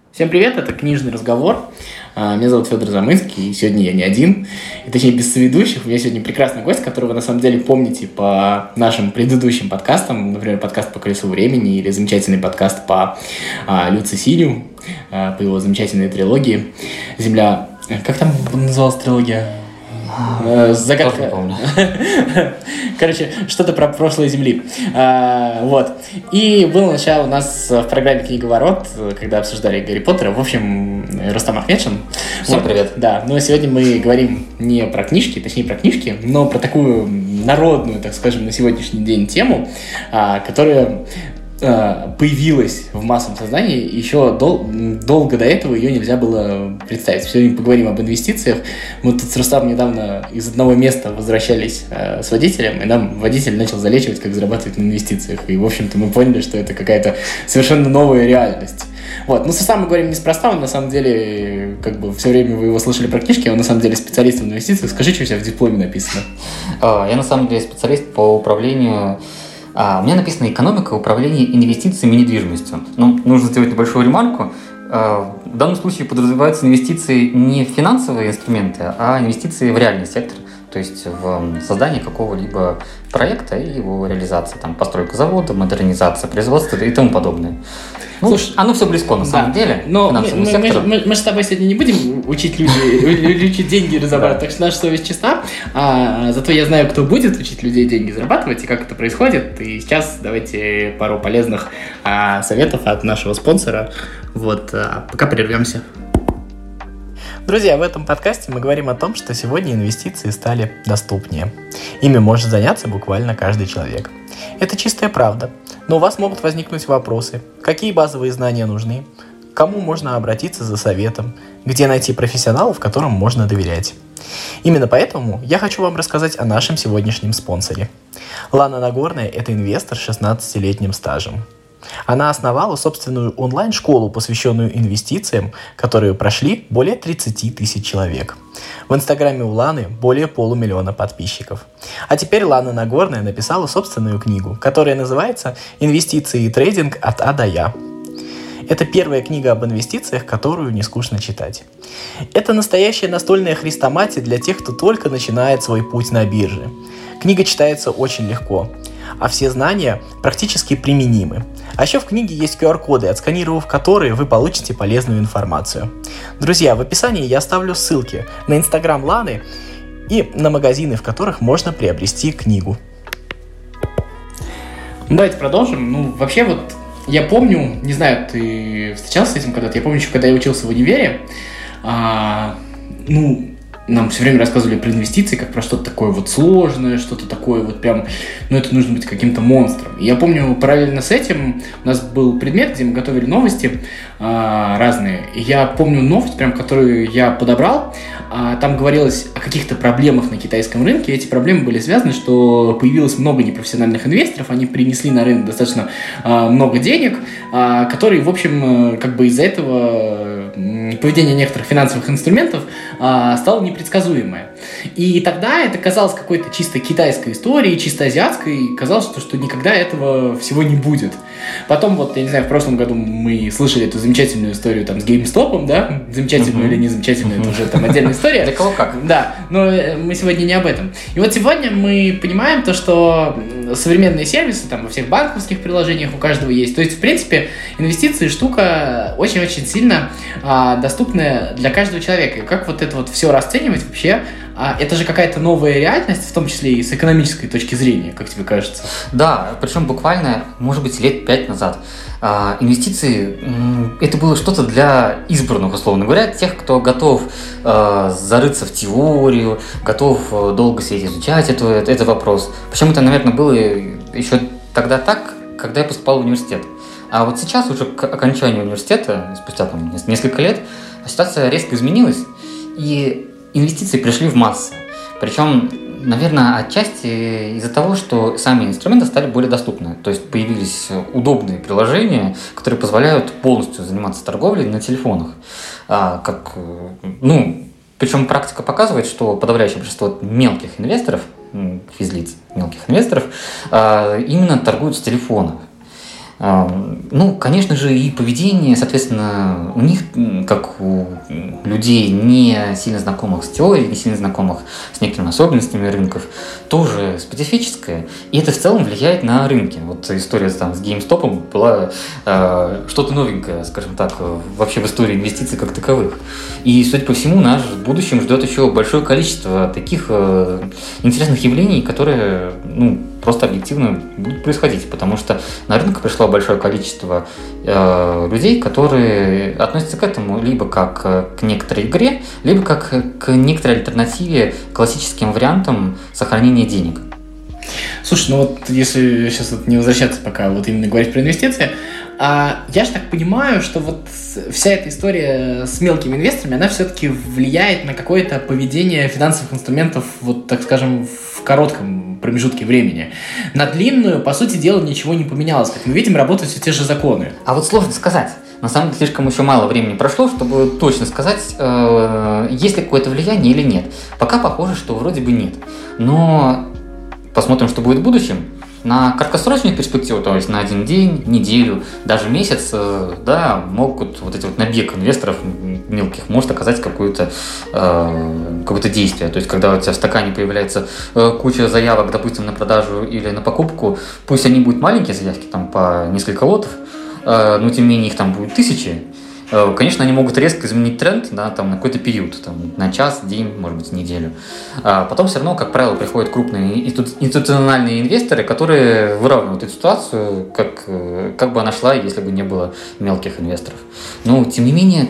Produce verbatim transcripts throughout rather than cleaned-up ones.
Всем привет, это «Книжный разговор». Меня зовут Федор Замынский, и сегодня я не один, и точнее без соведущих. У меня сегодня прекрасный гость, которого вы на самом деле помните по нашим предыдущим подкастам, например, подкаст по «Колесу времени» или замечательный подкаст по а, Лю Цесилию, а, по его замечательной трилогии «Земля». Как там называлась трилогия? Загадка. Не помню. Короче, что-то про прошлое Земли. А, вот. И было начало у нас в программе «Книговорот», когда обсуждали Гарри Поттера. В общем, Рустам Ахмедшин. Всем вот. привет. Да, но сегодня мы говорим не про книжки, точнее про книжки, но про такую народную, так скажем, на сегодняшний день тему, а, которая появилась в массовом сознании, еще дол- долго до этого ее нельзя было представить. Сегодня поговорим об инвестициях. Мы тут с Рустамом недавно из одного места возвращались э, с водителем, и нам водитель начал залечивать, как зарабатывать на инвестициях. И, в общем-то, мы поняли, что это какая-то совершенно новая реальность. Вот. Но с Рустамом мы говорим неспроста, он на самом деле, как бы, все время вы его слышали про книжки, он на самом деле специалист в инвестициях. Скажи, что у тебя в дипломе написано. Я на самом деле специалист по управлению. А, у меня написано «Экономика управления инвестициями и недвижимостью». Ну, нужно сделать небольшую ремарку. А, в данном случае подразумеваются инвестиции не в финансовые инструменты, а инвестиции в реальный сектор. То есть в создание какого-либо проекта и его реализация. Там, постройка завода, модернизация производства и тому подобное. Ну, слушай, оно все близко на самом да, деле. Но мы, мы, мы, мы, мы же с тобой сегодня не будем учить людей, учить деньги зарабатывать, так что наша совесть чиста. А, зато я знаю, кто будет учить людей деньги зарабатывать и как это происходит. И сейчас давайте пару полезных а, советов от нашего спонсора. Вот, а, пока прервемся. Друзья, в этом подкасте мы говорим о том, что сегодня инвестиции стали доступнее. Ими может заняться буквально каждый человек. Это чистая правда. Но у вас могут возникнуть вопросы. Какие базовые знания нужны? К кому можно обратиться за советом? Где найти профессионалов, которым можно доверять? Именно поэтому я хочу вам рассказать о нашем сегодняшнем спонсоре. Лана Нагорная – это инвестор с шестнадцатилетним стажем. Она основала собственную онлайн-школу, посвященную инвестициям, которые прошли более тридцать тысяч человек. В инстаграме у Ланы более полумиллиона подписчиков. А теперь Лана Нагорная написала собственную книгу, которая называется «Инвестиции и трейдинг от А до Я». Это первая книга об инвестициях, которую не скучно читать. Это настоящая настольная хрестоматия для тех, кто только начинает свой путь на бирже. Книга читается очень легко, а все знания практически применимы. А еще в книге есть ку ар коды, отсканировав которые вы получите полезную информацию. Друзья, в описании я оставлю ссылки на инстаграм Ланы и на магазины, в которых можно приобрести книгу. Ну, давайте продолжим. Ну, вообще вот я помню, не знаю, ты встречался с этим когда-то, я помню еще, когда я учился в универе, а, ну, нам все время рассказывали про инвестиции, как про что-то такое вот сложное, что-то такое вот прям, ну это нужно быть каким-то монстром. И я помню, параллельно с этим у нас был предмет, где мы готовили новости а, разные. И я помню новость, прям, которую я подобрал. А, там говорилось о каких-то проблемах на китайском рынке. Эти проблемы были связаны, что появилось много непрофессиональных инвесторов, они принесли на рынок достаточно а, много денег, а, которые, в общем, как бы из-за этого поведение некоторых финансовых инструментов а, стало непредсказуемое. И тогда это казалось какой-то чисто китайской историей, чисто азиатской, и казалось, что, что никогда этого всего не будет. Потом, вот, я не знаю, в прошлом году мы слышали эту замечательную историю там с GameStop, да, замечательную uh-huh. или незамечательную, uh-huh. это уже там отдельная история. Для кого как. Да, но мы сегодня не об этом. И вот сегодня мы понимаем то, что современные сервисы там во всех банковских приложениях у каждого есть. То есть, в принципе, инвестиции штука очень-очень сильно а, доступная для каждого человека. И как вот это вот все расценивать вообще? А это же какая-то новая реальность, в том числе и с экономической точки зрения, как тебе кажется? Да, причем буквально, может быть, лет пять назад. А, инвестиции – это было что-то для избранных, условно говоря, тех, кто готов а, зарыться в теорию, готов а, долго сидеть изучать это, это, это вопрос. Причем это, наверное, было еще тогда так, когда я поступал в университет. А вот сейчас, уже к окончанию университета, спустя там, несколько лет, ситуация резко изменилась, и инвестиции пришли в массы. Причем, наверное, отчасти из-за того, что сами инструменты стали более доступны. То есть появились удобные приложения, которые позволяют полностью заниматься торговлей на телефонах. А, как, ну, причем практика показывает, что подавляющее большинство мелких инвесторов, физлиц, мелких инвесторов, а, именно торгуют с телефонов. Ну, конечно же, и поведение, соответственно, у них, как у людей, не сильно знакомых с теорией, не сильно знакомых с некоторыми особенностями рынков, тоже специфическое, и это в целом влияет на рынки. Вот история там, с GameStop была э, что-то новенькое, скажем так, вообще в истории инвестиций как таковых. И, судя по всему, нас в будущем ждет еще большое количество таких э, интересных явлений, которые, ну, просто объективно будут происходить, потому что на рынок пришло большое количество э, людей, которые относятся к этому либо как к некоторой игре, либо как к некоторой альтернативе классическим вариантам сохранения денег. Слушай, ну вот если сейчас вот не возвращаться пока вот именно говорить про инвестиции, а я же так понимаю, что вот вся эта история с мелкими инвесторами, она все-таки влияет на какое-то поведение финансовых инструментов, вот так скажем, в коротком промежутке времени. На длинную, по сути дела, ничего не поменялось. Как мы видим, работают все те же законы. А вот сложно сказать. На самом деле, слишком еще мало времени прошло, чтобы точно сказать, э, есть ли какое-то влияние или нет. Пока похоже, что вроде бы нет. Но посмотрим, что будет в будущем. На краткосрочную перспективу, то есть на один день, неделю, даже месяц, да, могут вот эти вот набег инвесторов мелких может оказать какое-то, э, какое-то действие. То есть, когда у тебя в стакане появляется э, куча заявок, допустим, на продажу или на покупку, пусть они будут маленькие заявки, там по несколько лотов, э, но тем не менее их там будет тысячи. Конечно, они могут резко изменить тренд, да, там, на какой-то период, там, на час, день, может быть, неделю. А потом все равно, как правило, приходят крупные институциональные инвесторы, которые выравнивают эту ситуацию, как, как бы она шла, если бы не было мелких инвесторов. Но, тем не менее,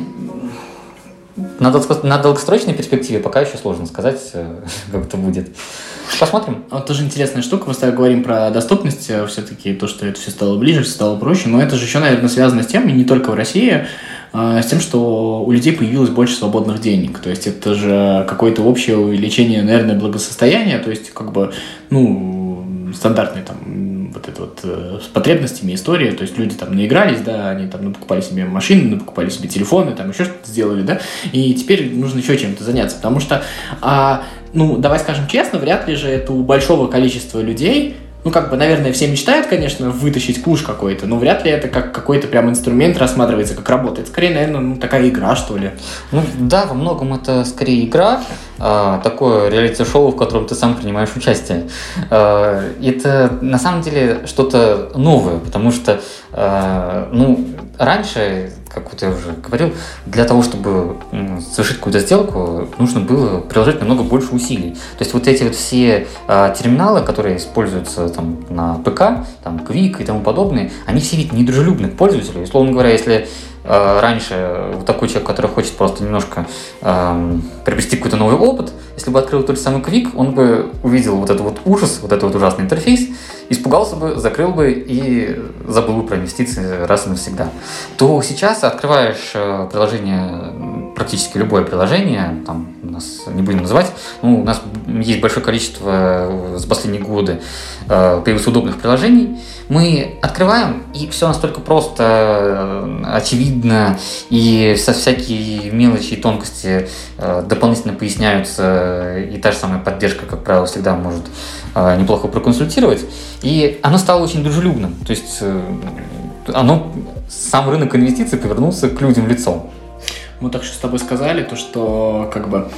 на, долго, на долгосрочной перспективе пока еще сложно сказать, как это будет. Посмотрим. Вот тоже интересная штука. Мы с тобой говорим про доступность, все-таки то, что это все стало ближе, все стало проще. Но это же еще, наверное, связано с тем, и не только в России, с тем, что у людей появилось больше свободных денег. То есть это же какое-то общее увеличение, наверное, благосостояния. То есть как бы, ну, стандартные там вот это вот с потребностями история. То есть люди там наигрались, да, они там ну, покупали себе машины, ну, покупали себе телефоны, там еще что-то сделали, да. И теперь нужно еще чем-то заняться, потому что а, ну, давай скажем честно, вряд ли же это у большого количества людей, ну, как бы, наверное, все мечтают, конечно, вытащить куш какой-то, но вряд ли это как какой-то прям инструмент рассматривается, как работает. Скорее, наверное, ну, такая игра, что ли. Ну, да, во многом это скорее игра, э, такое реалити-шоу, в котором ты сам принимаешь участие. Э, это, на самом деле, что-то новое, потому что, э, ну, раньше, как вот я уже говорил, для того, чтобы совершить какую-то сделку, нужно было приложить намного больше усилий. То есть вот эти вот все э, терминалы, которые используются там, на ПК, там, Quick и тому подобное, они все ведь недружелюбны к пользователю. Условно говоря, если э, раньше вот такой человек, который хочет просто немножко э, приобрести какой-то новый опыт, если бы открыл тот же самый Quick, он бы увидел вот этот вот ужас, вот этот вот ужасный интерфейс, испугался бы, закрыл бы и забыл бы про инвестиции раз и навсегда. То сейчас открываешь приложение, практически любое приложение, там у нас не будем называть, ну, у нас есть большое количество за последние годы появилось удобных приложений, мы открываем, и все настолько просто, очевидно, и со всякие мелочи и тонкости дополнительно поясняются, и та же самая поддержка, как правило, всегда может неплохо проконсультировать, и оно стало очень дружелюбным, то есть оно, сам рынок инвестиций повернулся к людям лицом. Мы так что с тобой сказали, то что как бы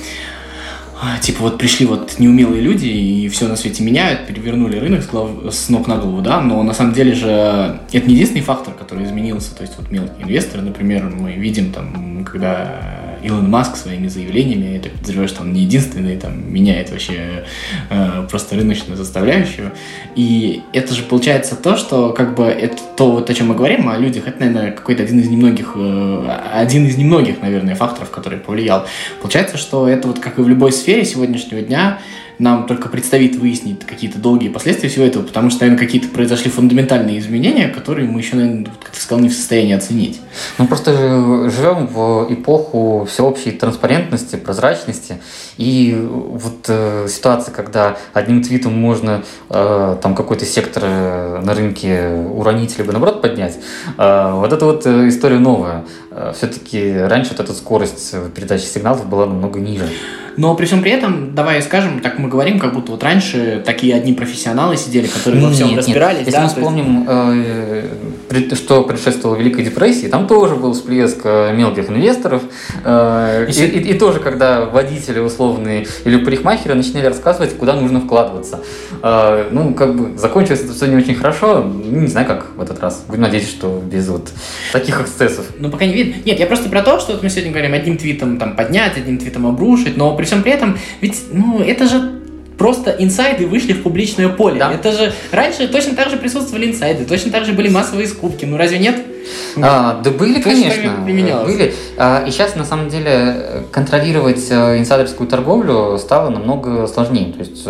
типа вот пришли вот неумелые люди и все на свете меняют, перевернули рынок с, глав... с ног на голову, да, но на самом деле же это не единственный фактор, который изменился, то есть вот мелкие инвесторы, например, мы видим там, когда Илон Маск своими заявлениями, я так подозреваю, что он не единственный, там, меняет вообще э, просто рыночную составляющую. И это же получается то, что как бы это то, вот, о чем мы говорим, о людях, это, наверное, какой-то один из немногих, э, один из немногих, наверное, факторов, который повлиял. Получается, что это вот как и в любой сфере сегодняшнего дня, нам только предстоит выяснить какие-то долгие последствия всего этого, потому что, наверное, какие-то произошли фундаментальные изменения, которые мы еще, наверное, как ты сказал, не в состоянии оценить. Мы просто живем в эпоху всеобщей транспарентности, прозрачности, и вот э, ситуация, когда одним твитом можно э, там какой-то сектор на рынке уронить, либо наоборот поднять, э, вот эта вот история новая. Все-таки раньше вот эта скорость передачи сигналов была намного ниже. Но при всем при этом, давай скажем, так мы говорим, как будто вот раньше такие одни профессионалы сидели, которые во всем нет, разбирались. Нет. Если да, мы вспомним, э, что предшествовало Великой депрессии, там тоже был всплеск мелких инвесторов. Э, и, и, и тоже, когда водители условные или парикмахеры начинали рассказывать, куда нужно вкладываться. Э, ну, как бы, закончилось это все не очень хорошо. Не знаю, как в этот раз. Будем надеяться, что без вот таких эксцессов. Ну, пока не видно. Нет, я просто про то, что вот мы сегодня говорим, одним твитом там поднять, одним твитом обрушить, но при всем при этом, ведь, ну, это же просто инсайды вышли в публичное поле. Да. Это же раньше точно так же присутствовали инсайды, точно так же были массовые скупки. Ну, разве нет? А, да были, точно, конечно. Были. А, и сейчас, на самом деле, контролировать инсайдерскую торговлю стало намного сложнее. То есть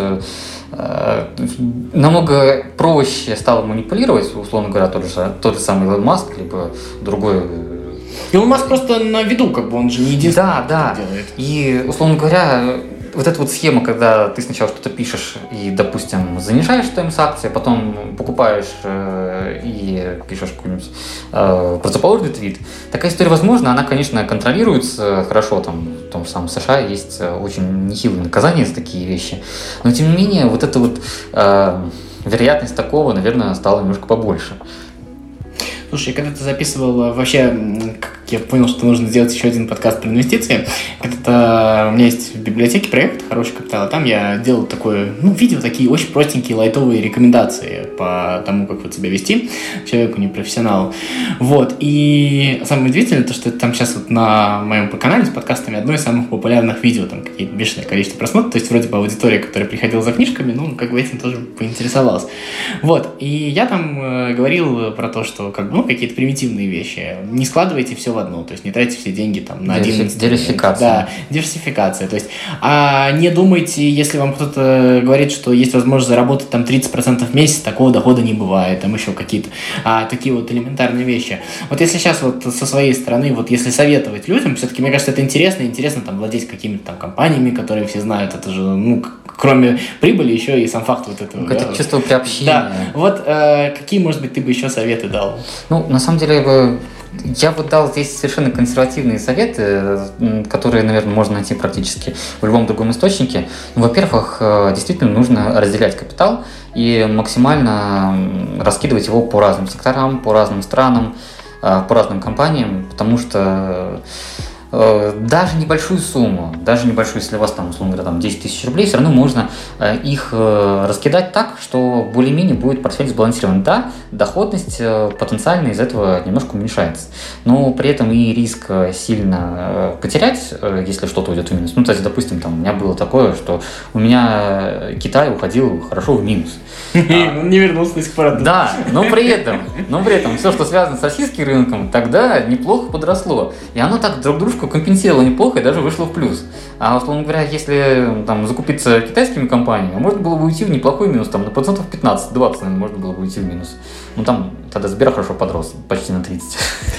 намного проще стало манипулировать, условно говоря, тот же, тот же самый Илон Маск, либо другой. Илон Маск просто на виду, как бы он же не единственный, да, да. делает. И, условно говоря, вот эта вот схема, когда ты сначала что-то пишешь и, допустим, занижаешь стоимость акции, потом покупаешь э, и пишешь какой-нибудь э, противоположный твит, такая история возможна, она, конечно, контролируется хорошо, там, в том же самом США есть очень нехилые наказания за такие вещи, но, тем не менее, вот эта вот э, вероятность такого, наверное, стала немножко побольше. Слушай, когда ты записывал, вообще, как я понял, что нужно сделать еще один подкаст про инвестиции. Это у меня есть в библиотеке проект «Хороший капитал», там я делал такое, ну, видео, такие очень простенькие, лайтовые рекомендации по тому, как вот себя вести человеку, непрофессионалу. Вот, и самое удивительное, то, что это там сейчас вот на моем канале с подкастами одно из самых популярных видео, там какие-то бешеное количество просмотров, то есть вроде бы аудитория, которая приходила за книжками, ну, как бы этим тоже поинтересовалась. Вот, и я там э, говорил про то, что, как бы, ну, какие-то примитивные вещи. Не складывайте все в одно, то есть не тратьте все деньги там на один инструмент. Диверсификация. Да, диверсификация. То есть, а не думайте, если вам кто-то говорит, что есть возможность заработать там тридцать процентов в месяц, такого дохода не бывает, там еще какие-то а, такие вот элементарные вещи. Вот если сейчас вот со своей стороны, вот если советовать людям, все-таки, мне кажется, это интересно, интересно там владеть какими-то там компаниями, которые все знают, это же, ну, кроме прибыли, еще и сам факт вот этого. Это да, чувство приобщения. Да, вот э, какие, может быть, ты бы еще советы дал? Ну, на самом деле, я бы дал здесь совершенно консервативные советы, которые, наверное, можно найти практически в любом другом источнике. Ну, во-первых, действительно нужно разделять капитал и максимально раскидывать его по разным секторам, по разным странам, по разным компаниям, потому что даже небольшую сумму, даже небольшую, если у вас там, условно говоря, там десять тысяч рублей, все равно можно их раскидать так, что более-менее будет портфель сбалансирован. Да, доходность потенциально из этого немножко уменьшается, но при этом и риск сильно потерять, если что-то уйдет в минус. Ну, то есть, допустим, там у меня было такое, что у меня Китай уходил хорошо в минус. Он не вернулся до сих пор. Да, но при этом, но при этом все, что связано с российским рынком, тогда неплохо подросло. И оно так друг дружку компенсировало неплохо и даже вышло в плюс. А, условно говоря, если там закупиться китайскими компаниями, можно было бы уйти в неплохой минус, там на процентов пятнадцать-двадцать, наверное, можно было бы уйти в минус. Ну, там тогда Сбер хорошо подрос, почти на тридцать.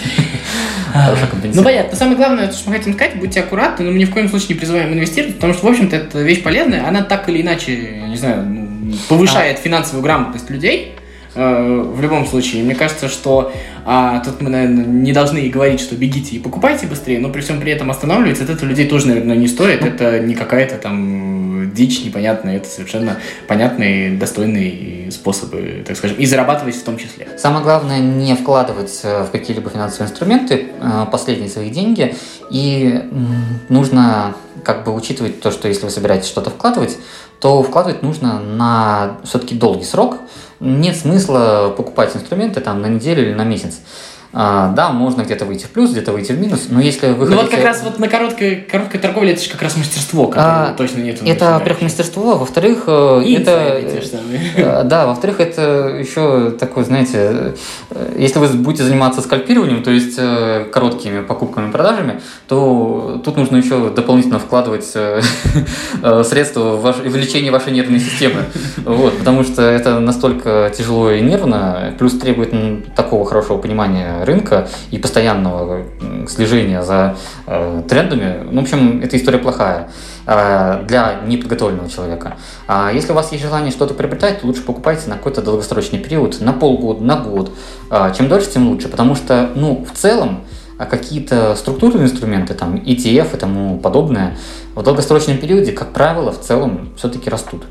Ну, понятно. Самое главное, то, что мы хотим сказать, будьте аккуратны, но мы ни в коем случае не призываем инвестировать, потому что, в общем-то, это вещь полезная, она так или иначе, не знаю, повышает финансовую грамотность людей. В любом случае, мне кажется, что а, тут мы, наверное, не должны и говорить, что бегите и покупайте быстрее, но при всем при этом останавливаться от этого людей тоже, наверное, не стоит. Ну, это не какая-то там дичь непонятная, это совершенно понятные, достойные способы, так скажем, и зарабатывать в том числе. Самое главное, не вкладывать в какие-либо финансовые инструменты последние свои деньги, и нужно как бы учитывать то, что если вы собираетесь что-то вкладывать, то вкладывать нужно на все-таки долгий срок. Нет смысла покупать инструменты там на неделю или на месяц. А, да, можно где-то выйти в плюс, где-то выйти в минус, но если вы ну хотите... вот как раз вот на короткой, короткой торговле это же как раз мастерство, которого а, точно нет. Это, во-первых, мастерство, во-вторых, и это... Да, во-вторых, это еще такое, знаете, если вы будете заниматься скальпированием, то есть короткими покупками и продажами, то тут нужно еще дополнительно вкладывать средства в ваше... увеличение вашей нервной системы, вот, потому что это настолько тяжело и нервно, плюс требует такого хорошего понимания рынка и постоянного слежения за э, трендами. Ну, в общем, эта история плохая э, для неподготовленного человека. А если у вас есть желание что-то приобретать, то лучше покупайте на какой-то долгосрочный период, на полгода, на год. Э, чем дольше, тем лучше, потому что, ну, в целом, А какие-то структурные инструменты, там, и ти эф и тому подобное, в долгосрочном периоде, как правило, в целом все-таки растут.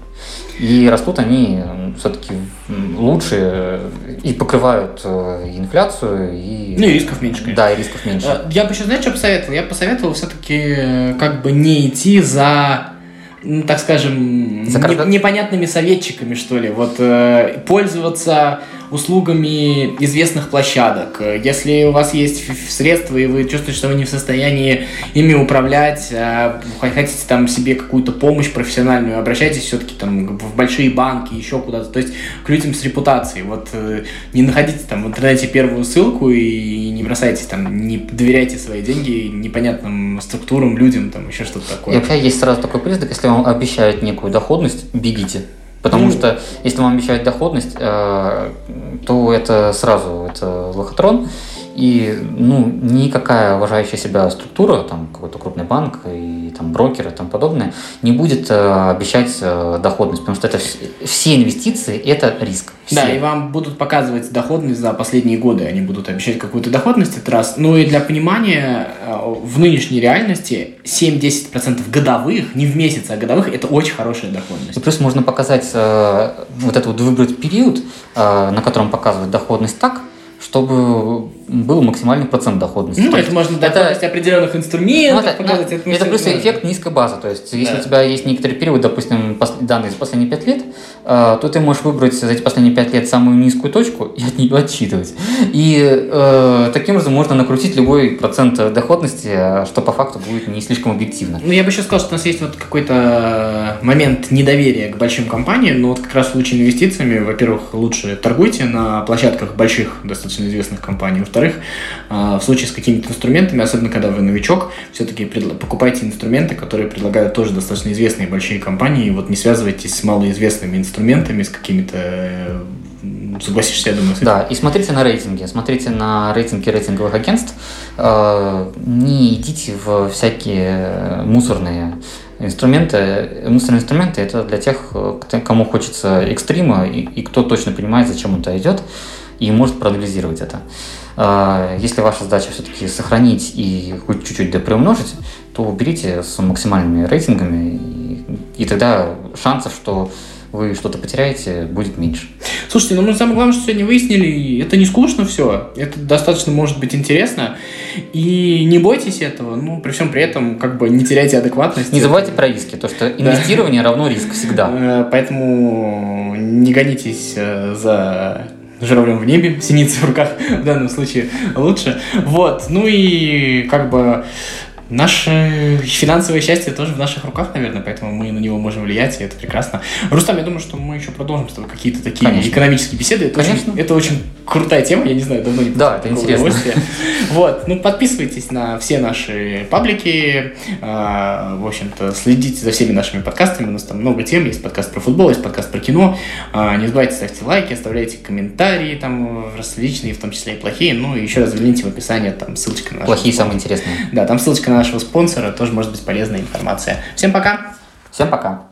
И растут они все-таки лучше и покрывают инфляцию. И... Ну и рисков меньше, конечно. Да, и рисков меньше. Я бы еще, знаете, что посоветовал? Я посоветовал все-таки как бы не идти за... ну, так скажем, Закарда... не, непонятными советчиками, что ли. Вот э, пользоваться услугами известных площадок. Если у вас есть средства, и вы чувствуете, что вы не в состоянии ими управлять, а хотите там себе какую-то помощь профессиональную, обращайтесь все-таки там в большие банки, еще куда-то. То есть к людям с репутацией. Вот э, не находите там в интернете первую ссылку и не бросайте там, не доверяйте свои деньги непонятным структурам, людям, там еще что-то такое. И вообще есть сразу такой признак, если вам обещают некую доходность, бегите. Потому mm. что если вам обещают доходность, э, то это сразу это лохотрон. И ну, никакая уважающая себя структура, там какой-то крупный банк и там брокеры и тому подобное, не будет э, обещать э, доходность, потому что это все, все инвестиции – это риск. Все. Да, и вам будут показывать доходность за последние годы, они будут обещать какую-то доходность, это раз. Ну и для понимания, в нынешней реальности семь-десять процентов годовых, не в месяц, а годовых, это очень хорошая доходность. И плюс можно показать, э, вот этот вот выбрать период, э, на котором показывают доходность так, чтобы был максимальный процент доходности. Ну, это можно доходность определенных инструментов, ну, это, показать. Ну, это, это плюс эффект низкой базы. То есть, если да. у тебя есть некоторый период, допустим, данные за последние пять лет, э, то ты можешь выбрать за эти последние пять лет самую низкую точку и от нее отсчитывать. И э, таким образом можно накрутить любой процент доходности, что по факту будет не слишком объективно. Ну, я бы еще сказал, что у нас есть вот какой-то момент недоверия к большим компаниям, но вот как раз в случае инвестициями, во-первых, лучше торгуйте на площадках больших, достаточно известных компаний. Во-вторых, в случае с какими-то инструментами, особенно когда вы новичок, все-таки покупайте инструменты, которые предлагают тоже достаточно известные большие компании. Вот не связывайтесь с малоизвестными инструментами, с какими-то, согласишься, я думаю, с этим. Да, и смотрите на рейтинги, смотрите на рейтинги рейтинговых агентств, не идите в всякие мусорные инструменты. Мусорные инструменты – это для тех, кому хочется экстрима и, и кто точно понимает, зачем он туда идет, и может проанализировать это. Если ваша задача все-таки сохранить и хоть чуть-чуть доприумножить, то берите с максимальными рейтингами, и, и тогда шансов, что вы что-то потеряете, будет меньше. Слушайте, ну мы самое главное, что сегодня выяснили, это не скучно все, это достаточно может быть интересно, и не бойтесь этого, ну при всем при этом как бы не теряйте адекватность. Не забывайте про риски, то что инвестирование да. равно риск всегда. Поэтому не гонитесь за журавлем в небе, синицей в руках в данном случае лучше. Вот, ну и как бы наше финансовое счастье тоже в наших руках, наверное, поэтому мы на него можем влиять, и это прекрасно. Рустам, я думаю, что мы еще продолжим с тобой какие-то такие Конечно. экономические беседы. Это очень, это очень крутая тема, я не знаю, давно не Да, это интересно. Вот, ну подписывайтесь на все наши паблики, в общем-то, следите за всеми нашими подкастами, у нас там много тем, есть подкаст про футбол, есть подкаст про кино, не забывайте ставьте лайки, оставляйте комментарии, там, различные, в том числе и плохие, ну и еще раз загляните в описание, там ссылочка на наш Плохие самые интересные. Да, там ссылочка на нашего спонсора, тоже может быть полезная информация. Всем пока! Всем пока!